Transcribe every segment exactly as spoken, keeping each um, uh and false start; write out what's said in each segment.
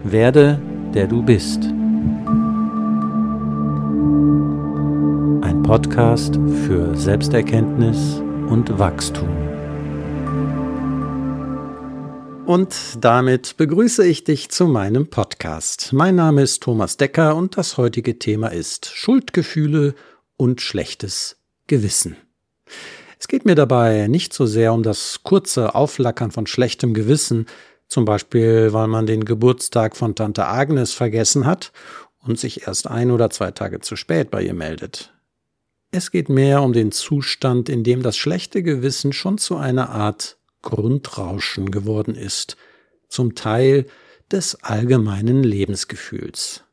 Werde, der du bist. Ein Podcast für Selbsterkenntnis und Wachstum. Und damit begrüße ich dich zu meinem Podcast. Mein Name ist Thomas Decker und das heutige Thema ist Schuldgefühle und schlechtes Gewissen. Es geht mir dabei nicht so sehr um das kurze Aufflackern von schlechtem Gewissen, zum Beispiel, weil man den Geburtstag von Tante Agnes vergessen hat und sich erst ein oder zwei Tage zu spät bei ihr meldet. Es geht mehr um den Zustand, in dem das schlechte Gewissen schon zu einer Art Grundrauschen geworden ist, zum Teil des allgemeinen Lebensgefühls.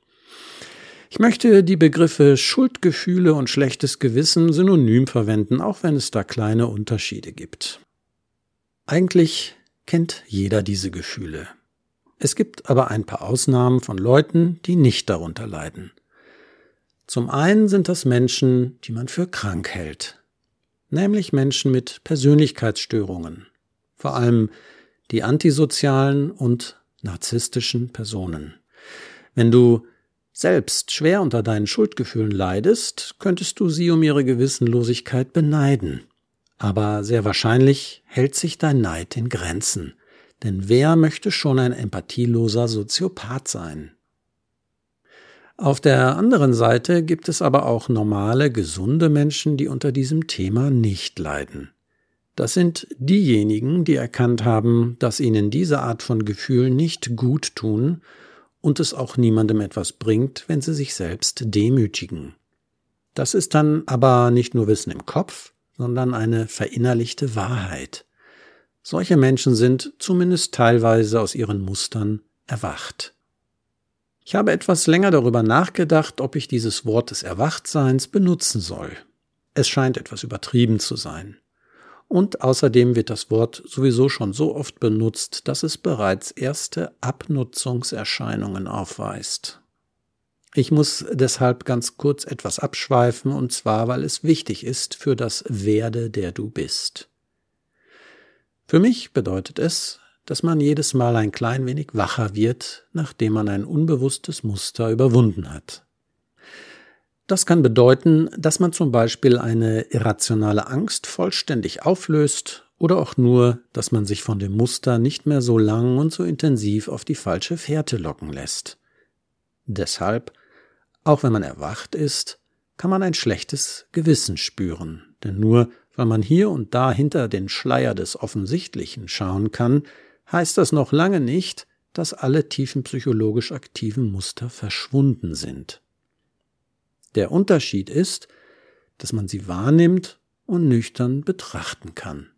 Ich möchte die Begriffe Schuldgefühle und schlechtes Gewissen synonym verwenden, auch wenn es da kleine Unterschiede gibt. Eigentlich kennt jeder diese Gefühle. Es gibt aber ein paar Ausnahmen von Leuten, die nicht darunter leiden. Zum einen sind das Menschen, die man für krank hält, nämlich Menschen mit Persönlichkeitsstörungen, vor allem die antisozialen und narzisstischen Personen. Wenn du selbst schwer unter deinen Schuldgefühlen leidest, könntest du sie um ihre Gewissenlosigkeit beneiden. Aber sehr wahrscheinlich hält sich dein Neid in Grenzen. Denn wer möchte schon ein empathieloser Soziopath sein? Auf der anderen Seite gibt es aber auch normale, gesunde Menschen, die unter diesem Thema nicht leiden. Das sind diejenigen, die erkannt haben, dass ihnen diese Art von Gefühlen nicht gut tun und es auch niemandem etwas bringt, wenn sie sich selbst demütigen. Das ist dann aber nicht nur Wissen im Kopf, sondern eine verinnerlichte Wahrheit. Solche Menschen sind zumindest teilweise aus ihren Mustern erwacht. Ich habe etwas länger darüber nachgedacht, ob ich dieses Wort des Erwachtseins benutzen soll. Es scheint etwas übertrieben zu sein. Und außerdem wird das Wort sowieso schon so oft benutzt, dass es bereits erste Abnutzungserscheinungen aufweist. Ich muss deshalb ganz kurz etwas abschweifen, und zwar, weil es wichtig ist für das Werde, der du bist. Für mich bedeutet es, dass man jedes Mal ein klein wenig wacher wird, nachdem man ein unbewusstes Muster überwunden hat. Das kann bedeuten, dass man zum Beispiel eine irrationale Angst vollständig auflöst oder auch nur, dass man sich von dem Muster nicht mehr so lang und so intensiv auf die falsche Fährte locken lässt. Deshalb, auch wenn man erwacht ist, kann man ein schlechtes Gewissen spüren, denn nur weil man hier und da hinter den Schleier des Offensichtlichen schauen kann, heißt das noch lange nicht, dass alle tiefenpsychologisch aktiven Muster verschwunden sind. Der Unterschied ist, dass man sie wahrnimmt und nüchtern betrachten kann.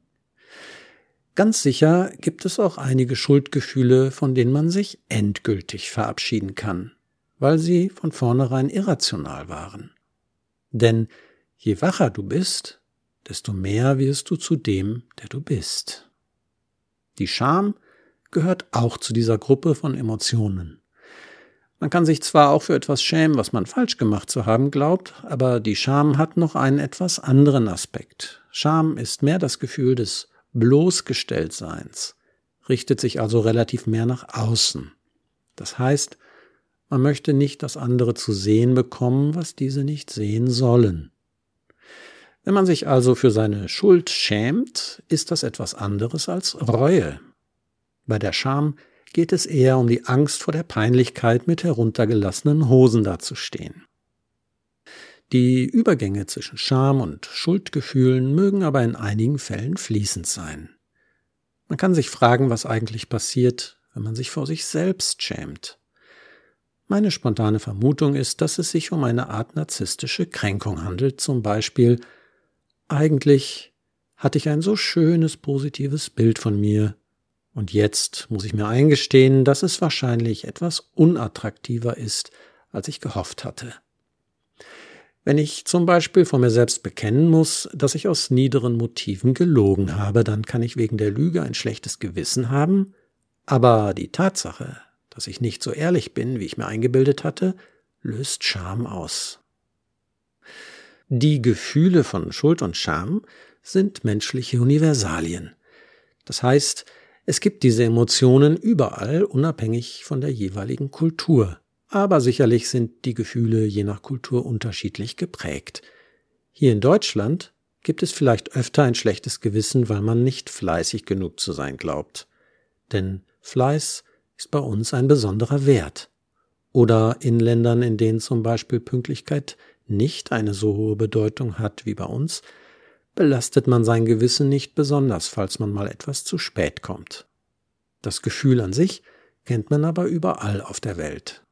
Ganz sicher gibt es auch einige Schuldgefühle, von denen man sich endgültig verabschieden kann, weil sie von vornherein irrational waren. Denn je wacher du bist, desto mehr wirst du zu dem, der du bist. Die Scham gehört auch zu dieser Gruppe von Emotionen. Man kann sich zwar auch für etwas schämen, was man falsch gemacht zu haben glaubt, aber die Scham hat noch einen etwas anderen Aspekt. Scham ist mehr das Gefühl des Bloßgestelltseins, richtet sich also relativ mehr nach außen. Das heißt, man möchte nicht, dass andere zu sehen bekommen, was diese nicht sehen sollen. Wenn man sich also für seine Schuld schämt, ist das etwas anderes als Reue. Bei der Scham geht es eher um die Angst vor der Peinlichkeit, mit heruntergelassenen Hosen dazustehen. Die Übergänge zwischen Scham und Schuldgefühlen mögen aber in einigen Fällen fließend sein. Man kann sich fragen, was eigentlich passiert, wenn man sich vor sich selbst schämt. Meine spontane Vermutung ist, dass es sich um eine Art narzisstische Kränkung handelt, zum Beispiel: Eigentlich hatte ich ein so schönes, positives Bild von mir, und jetzt muss ich mir eingestehen, dass es wahrscheinlich etwas unattraktiver ist, als ich gehofft hatte. Wenn ich zum Beispiel vor mir selbst bekennen muss, dass ich aus niederen Motiven gelogen habe, dann kann ich wegen der Lüge ein schlechtes Gewissen haben, aber die Tatsache, dass ich nicht so ehrlich bin, wie ich mir eingebildet hatte, löst Scham aus. Die Gefühle von Schuld und Scham sind menschliche Universalien. Das heißt, Es gibt diese Emotionen überall, unabhängig von der jeweiligen Kultur. Aber sicherlich sind die Gefühle je nach Kultur unterschiedlich geprägt. Hier in Deutschland gibt es vielleicht öfter ein schlechtes Gewissen, weil man nicht fleißig genug zu sein glaubt. Denn Fleiß ist bei uns ein besonderer Wert. Oder in Ländern, in denen zum Beispiel Pünktlichkeit nicht eine so hohe Bedeutung hat wie bei uns, belastet man sein Gewissen nicht besonders, falls man mal etwas zu spät kommt. Das Gefühl an sich kennt man aber überall auf der Welt.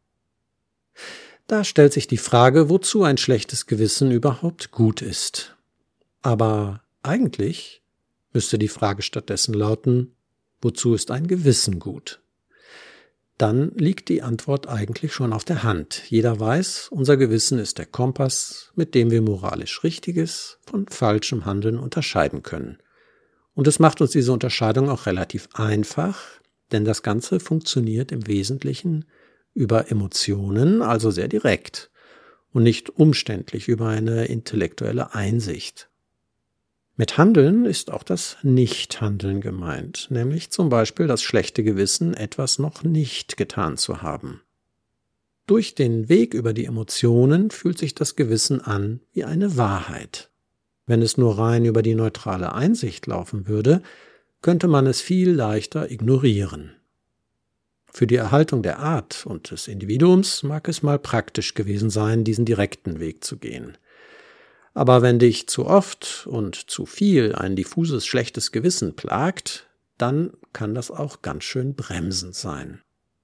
Da stellt sich die Frage, wozu ein schlechtes Gewissen überhaupt gut ist. Aber eigentlich müsste die Frage stattdessen lauten, wozu ist ein Gewissen gut? Dann liegt die Antwort eigentlich schon auf der Hand. Jeder weiß, unser Gewissen ist der Kompass, mit dem wir moralisch Richtiges von falschem Handeln unterscheiden können. Und es macht uns diese Unterscheidung auch relativ einfach, denn das Ganze funktioniert im Wesentlichen über Emotionen, also sehr direkt, und nicht umständlich über eine intellektuelle Einsicht. Mit Handeln ist auch das Nichthandeln gemeint, nämlich zum Beispiel das schlechte Gewissen, etwas noch nicht getan zu haben. Durch den Weg über die Emotionen fühlt sich das Gewissen an wie eine Wahrheit. Wenn es nur rein über die neutrale Einsicht laufen würde, könnte man es viel leichter ignorieren. Für die Erhaltung der Art und des Individuums mag es mal praktisch gewesen sein, diesen direkten Weg zu gehen. Aber wenn dich zu oft und zu viel ein diffuses schlechtes Gewissen plagt, dann kann das auch ganz schön bremsend sein.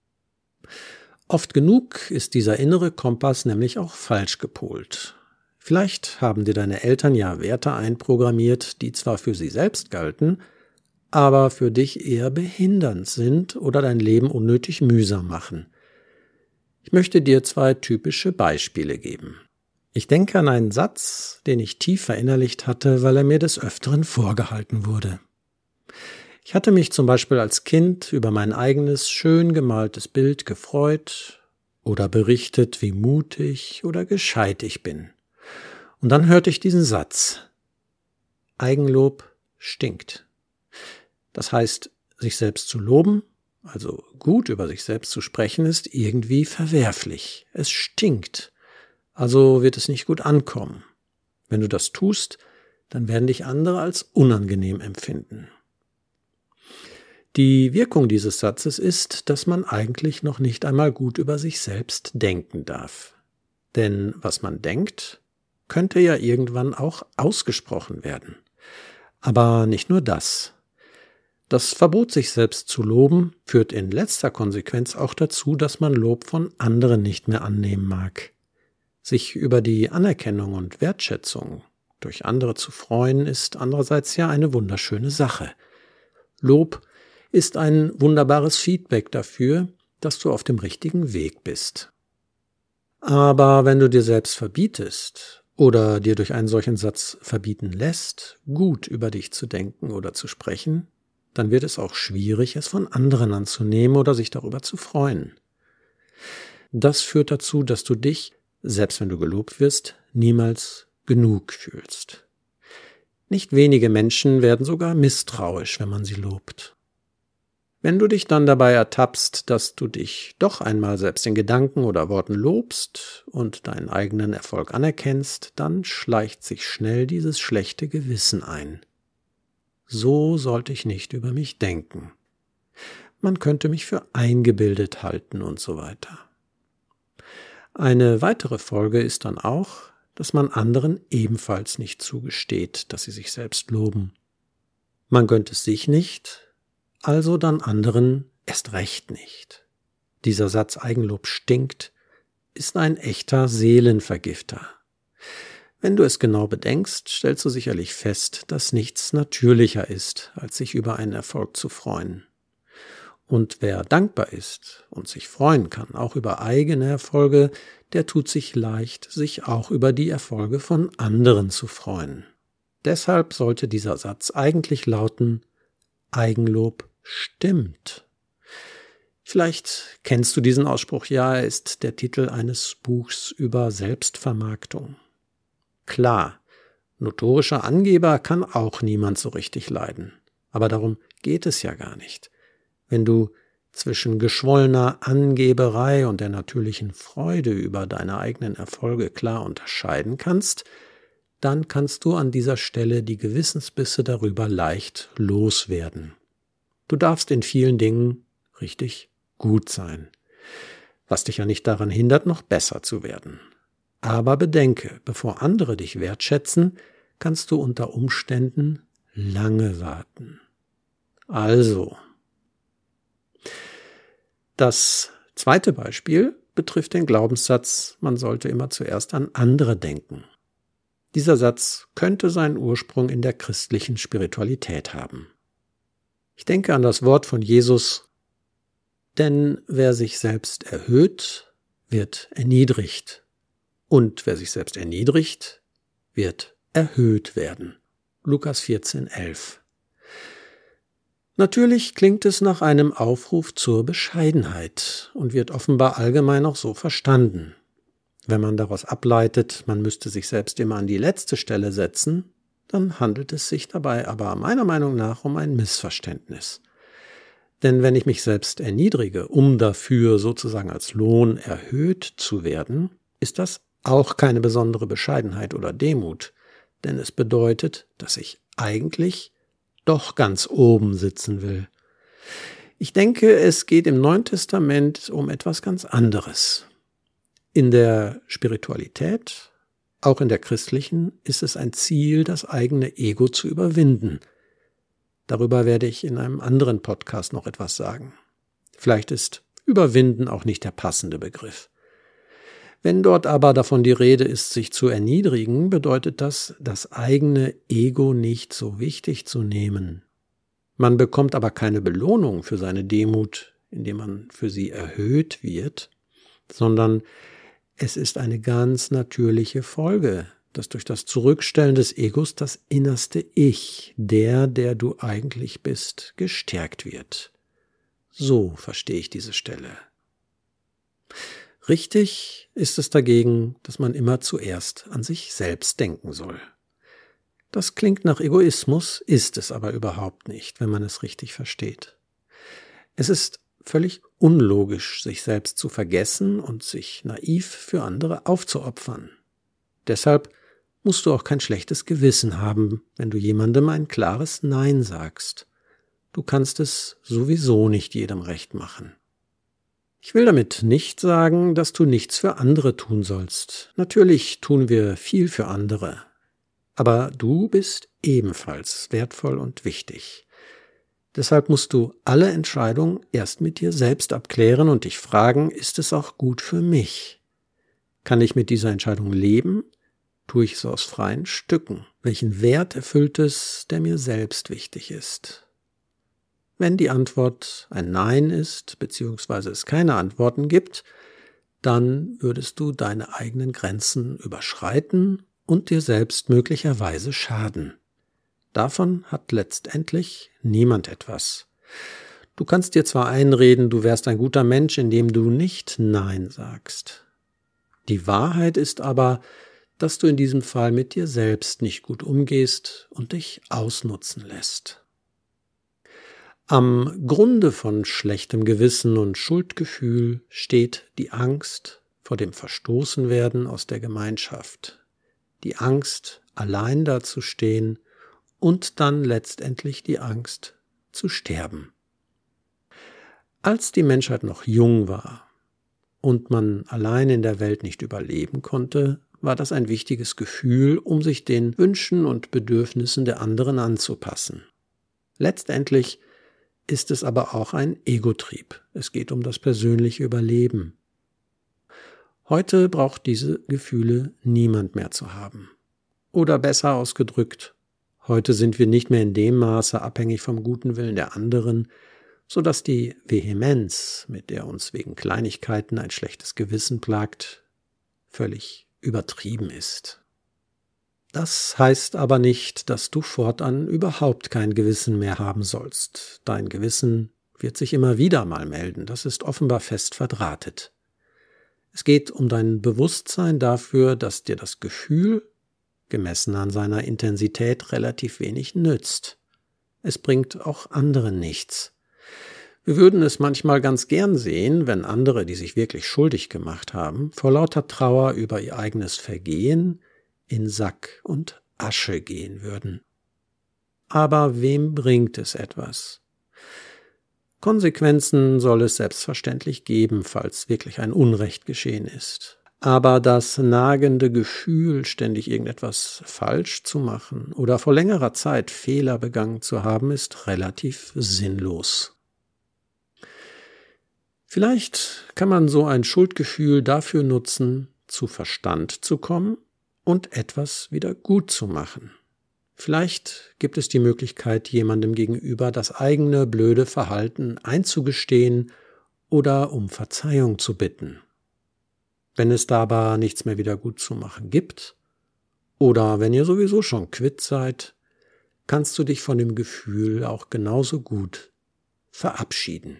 Oft genug ist dieser innere Kompass nämlich auch falsch gepolt. Vielleicht haben dir deine Eltern ja Werte einprogrammiert, die zwar für sie selbst galten, aber für dich eher behindernd sind oder dein Leben unnötig mühsam machen. Ich möchte dir zwei typische Beispiele geben. Ich denke an einen Satz, den ich tief verinnerlicht hatte, weil er mir des Öfteren vorgehalten wurde. Ich hatte mich zum Beispiel als Kind über mein eigenes schön gemaltes Bild gefreut oder berichtet, wie mutig oder gescheit ich bin. Und dann hörte ich diesen Satz: Eigenlob stinkt. Das heißt, sich selbst zu loben, also gut über sich selbst zu sprechen, ist irgendwie verwerflich. Es stinkt. Also wird es nicht gut ankommen. Wenn du das tust, dann werden dich andere als unangenehm empfinden. Die Wirkung dieses Satzes ist, dass man eigentlich noch nicht einmal gut über sich selbst denken darf. Denn was man denkt, könnte ja irgendwann auch ausgesprochen werden. Aber nicht nur das. Das Verbot, sich selbst zu loben, führt in letzter Konsequenz auch dazu, dass man Lob von anderen nicht mehr annehmen mag. Sich über die Anerkennung und Wertschätzung durch andere zu freuen, ist andererseits ja eine wunderschöne Sache. Lob ist ein wunderbares Feedback dafür, dass du auf dem richtigen Weg bist. Aber wenn du dir selbst verbietest oder dir durch einen solchen Satz verbieten lässt, gut über dich zu denken oder zu sprechen, dann wird es auch schwierig, es von anderen anzunehmen oder sich darüber zu freuen. Das führt dazu, dass du dich, selbst wenn du gelobt wirst, niemals genug fühlst. Nicht wenige Menschen werden sogar misstrauisch, wenn man sie lobt. Wenn du dich dann dabei ertappst, dass du dich doch einmal selbst in Gedanken oder Worten lobst und deinen eigenen Erfolg anerkennst, dann schleicht sich schnell dieses schlechte Gewissen ein. So sollte ich nicht über mich denken. Man könnte mich für eingebildet halten und so weiter. Eine weitere Folge ist dann auch, dass man anderen ebenfalls nicht zugesteht, dass sie sich selbst loben. Man gönnt es sich nicht, also dann anderen erst recht nicht. Dieser Satz Eigenlob stinkt ist ein echter Seelenvergifter. Wenn du es genau bedenkst, stellst du sicherlich fest, dass nichts natürlicher ist, als sich über einen Erfolg zu freuen. Und wer dankbar ist und sich freuen kann, auch über eigene Erfolge, der tut sich leicht, sich auch über die Erfolge von anderen zu freuen. Deshalb sollte dieser Satz eigentlich lauten: Eigenlob stimmt. Vielleicht kennst du diesen Ausspruch ja, er ist der Titel eines Buchs über Selbstvermarktung. Klar, notorischer Angeber kann auch niemand so richtig leiden. Aber darum geht es ja gar nicht. Wenn du zwischen geschwollener Angeberei und der natürlichen Freude über deine eigenen Erfolge klar unterscheiden kannst, dann kannst du an dieser Stelle die Gewissensbisse darüber leicht loswerden. Du darfst in vielen Dingen richtig gut sein, was dich ja nicht daran hindert, noch besser zu werden. Aber bedenke, bevor andere dich wertschätzen, kannst du unter Umständen lange warten. Also, das zweite Beispiel betrifft den Glaubenssatz, man sollte immer zuerst an andere denken. Dieser Satz könnte seinen Ursprung in der christlichen Spiritualität haben. Ich denke an das Wort von Jesus, denn wer sich selbst erhöht, wird erniedrigt. Und wer sich selbst erniedrigt, wird erhöht werden. Lukas vierzehn, elf. Natürlich klingt es nach einem Aufruf zur Bescheidenheit und wird offenbar allgemein auch so verstanden. Wenn man daraus ableitet, man müsste sich selbst immer an die letzte Stelle setzen, dann handelt es sich dabei aber meiner Meinung nach um ein Missverständnis. Denn wenn ich mich selbst erniedrige, um dafür sozusagen als Lohn erhöht zu werden, ist das auch keine besondere Bescheidenheit oder Demut, denn es bedeutet, dass ich eigentlich doch ganz oben sitzen will. Ich denke, es geht im Neuen Testament um etwas ganz anderes. In der Spiritualität, auch in der christlichen, ist es ein Ziel, das eigene Ego zu überwinden. Darüber werde ich in einem anderen Podcast noch etwas sagen. Vielleicht ist überwinden auch nicht der passende Begriff. Wenn dort aber davon die Rede ist, sich zu erniedrigen, bedeutet das, das eigene Ego nicht so wichtig zu nehmen. Man bekommt aber keine Belohnung für seine Demut, indem man für sie erhöht wird, sondern es ist eine ganz natürliche Folge, dass durch das Zurückstellen des Egos das innerste Ich, der, der du eigentlich bist, gestärkt wird. So verstehe ich diese Stelle. Richtig ist es dagegen, dass man immer zuerst an sich selbst denken soll. Das klingt nach Egoismus, ist es aber überhaupt nicht, wenn man es richtig versteht. Es ist völlig unlogisch, sich selbst zu vergessen und sich naiv für andere aufzuopfern. Deshalb musst du auch kein schlechtes Gewissen haben, wenn du jemandem ein klares Nein sagst. Du kannst es sowieso nicht jedem recht machen. Ich will damit nicht sagen, dass du nichts für andere tun sollst. Natürlich tun wir viel für andere. Aber du bist ebenfalls wertvoll und wichtig. Deshalb musst du alle Entscheidungen erst mit dir selbst abklären und dich fragen, ist es auch gut für mich? Kann ich mit dieser Entscheidung leben? Tue ich es aus freien Stücken? Welchen Wert erfüllt es, der mir selbst wichtig ist? Wenn die Antwort ein Nein ist, beziehungsweise es keine Antworten gibt, dann würdest du deine eigenen Grenzen überschreiten und dir selbst möglicherweise schaden. Davon hat letztendlich niemand etwas. Du kannst dir zwar einreden, du wärst ein guter Mensch, indem du nicht Nein sagst. Die Wahrheit ist aber, dass du in diesem Fall mit dir selbst nicht gut umgehst und dich ausnutzen lässt. Am Grunde von schlechtem Gewissen und Schuldgefühl steht die Angst vor dem Verstoßenwerden aus der Gemeinschaft, die Angst, allein dazustehen und dann letztendlich die Angst zu sterben. Als die Menschheit noch jung war und man allein in der Welt nicht überleben konnte, war das ein wichtiges Gefühl, um sich den Wünschen und Bedürfnissen der anderen anzupassen. Letztendlich ist es aber auch ein Egotrieb. Es geht um das persönliche Überleben. Heute braucht diese Gefühle niemand mehr zu haben. Oder besser ausgedrückt, heute sind wir nicht mehr in dem Maße abhängig vom guten Willen der anderen, sodass die Vehemenz, mit der uns wegen Kleinigkeiten ein schlechtes Gewissen plagt, völlig übertrieben ist. Das heißt aber nicht, dass du fortan überhaupt kein Gewissen mehr haben sollst. Dein Gewissen wird sich immer wieder mal melden, das ist offenbar fest verdrahtet. Es geht um dein Bewusstsein dafür, dass dir das Gefühl, gemessen an seiner Intensität, relativ wenig nützt. Es bringt auch anderen nichts. Wir würden es manchmal ganz gern sehen, wenn andere, die sich wirklich schuldig gemacht haben, vor lauter Trauer über ihr eigenes Vergehen in Sack und Asche gehen würden. Aber wem bringt es etwas? Konsequenzen soll es selbstverständlich geben, falls wirklich ein Unrecht geschehen ist. Aber das nagende Gefühl, ständig irgendetwas falsch zu machen oder vor längerer Zeit Fehler begangen zu haben, ist relativ sinnlos. Vielleicht kann man so ein Schuldgefühl dafür nutzen, zu Verstand zu kommen und etwas wieder gut zu machen. Vielleicht gibt es die Möglichkeit, jemandem gegenüber das eigene blöde Verhalten einzugestehen oder um Verzeihung zu bitten. Wenn es dabei nichts mehr wieder gut zu machen gibt, oder wenn ihr sowieso schon quitt seid, kannst du dich von dem Gefühl auch genauso gut verabschieden.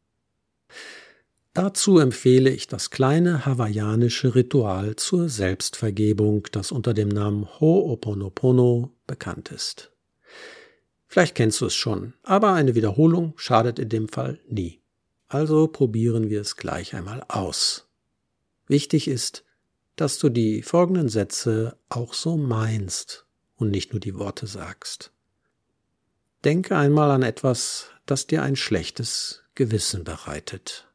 Dazu empfehle ich das kleine hawaiianische Ritual zur Selbstvergebung, das unter dem Namen Ho'oponopono bekannt ist. Vielleicht kennst du es schon, aber eine Wiederholung schadet in dem Fall nie. Also probieren wir es gleich einmal aus. Wichtig ist, dass du die folgenden Sätze auch so meinst und nicht nur die Worte sagst. Denke einmal an etwas, das dir ein schlechtes Gewissen bereitet.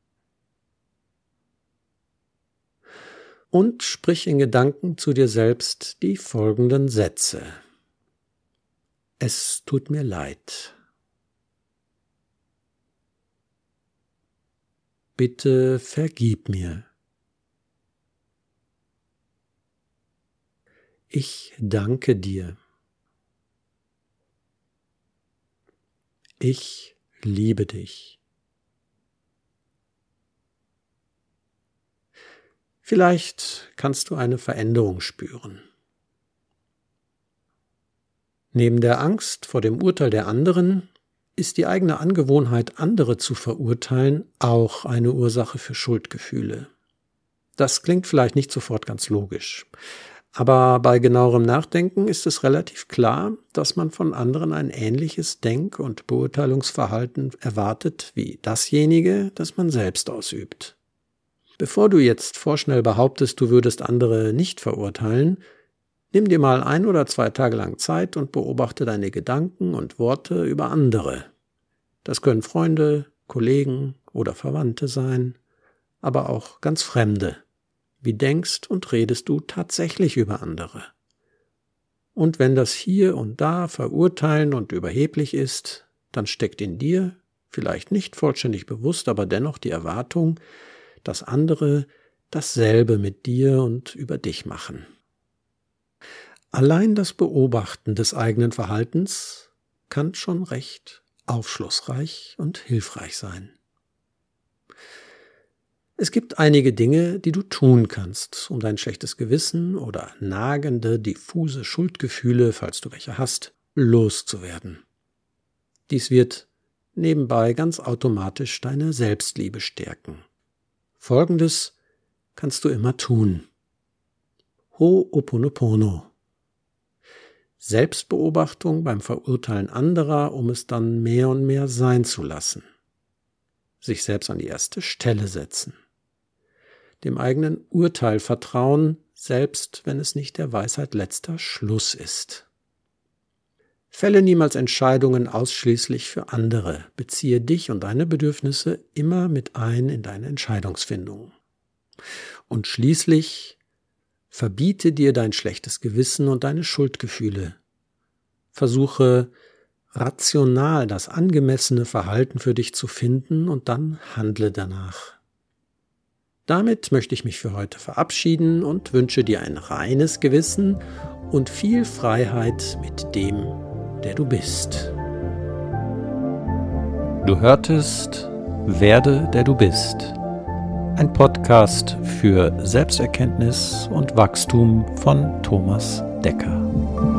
Und sprich in Gedanken zu dir selbst die folgenden Sätze. Es tut mir leid. Bitte vergib mir. Ich danke dir. Ich liebe dich. Vielleicht kannst du eine Veränderung spüren. Neben der Angst vor dem Urteil der anderen ist die eigene Angewohnheit, andere zu verurteilen, auch eine Ursache für Schuldgefühle. Das klingt vielleicht nicht sofort ganz logisch, aber bei genauerem Nachdenken ist es relativ klar, dass man von anderen ein ähnliches Denk- und Beurteilungsverhalten erwartet wie dasjenige, das man selbst ausübt. Bevor du jetzt vorschnell behauptest, du würdest andere nicht verurteilen, nimm dir mal ein oder zwei Tage lang Zeit und beobachte deine Gedanken und Worte über andere. Das können Freunde, Kollegen oder Verwandte sein, aber auch ganz Fremde. Wie denkst und redest du tatsächlich über andere? Und wenn das hier und da verurteilen und überheblich ist, dann steckt in dir, vielleicht nicht vollständig bewusst, aber dennoch die Erwartung, dass andere dasselbe mit dir und über dich machen. Allein das Beobachten des eigenen Verhaltens kann schon recht aufschlussreich und hilfreich sein. Es gibt einige Dinge, die du tun kannst, um dein schlechtes Gewissen oder nagende, diffuse Schuldgefühle, falls du welche hast, loszuwerden. Dies wird nebenbei ganz automatisch deine Selbstliebe stärken. Folgendes kannst du immer tun. Ho'oponopono. Selbstbeobachtung beim Verurteilen anderer, um es dann mehr und mehr sein zu lassen. Sich selbst an die erste Stelle setzen. Dem eigenen Urteil vertrauen, selbst wenn es nicht der Weisheit letzter Schluss ist. Fälle niemals Entscheidungen ausschließlich für andere. Beziehe dich und deine Bedürfnisse immer mit ein in deine Entscheidungsfindung. Und schließlich verbiete dir dein schlechtes Gewissen und deine Schuldgefühle. Versuche rational das angemessene Verhalten für dich zu finden und dann handle danach. Damit möchte ich mich für heute verabschieden und wünsche dir ein reines Gewissen und viel Freiheit mit dem, der du bist. Du hörtest Werde, der du bist. Ein Podcast für Selbsterkenntnis und Wachstum von Thomas Decker.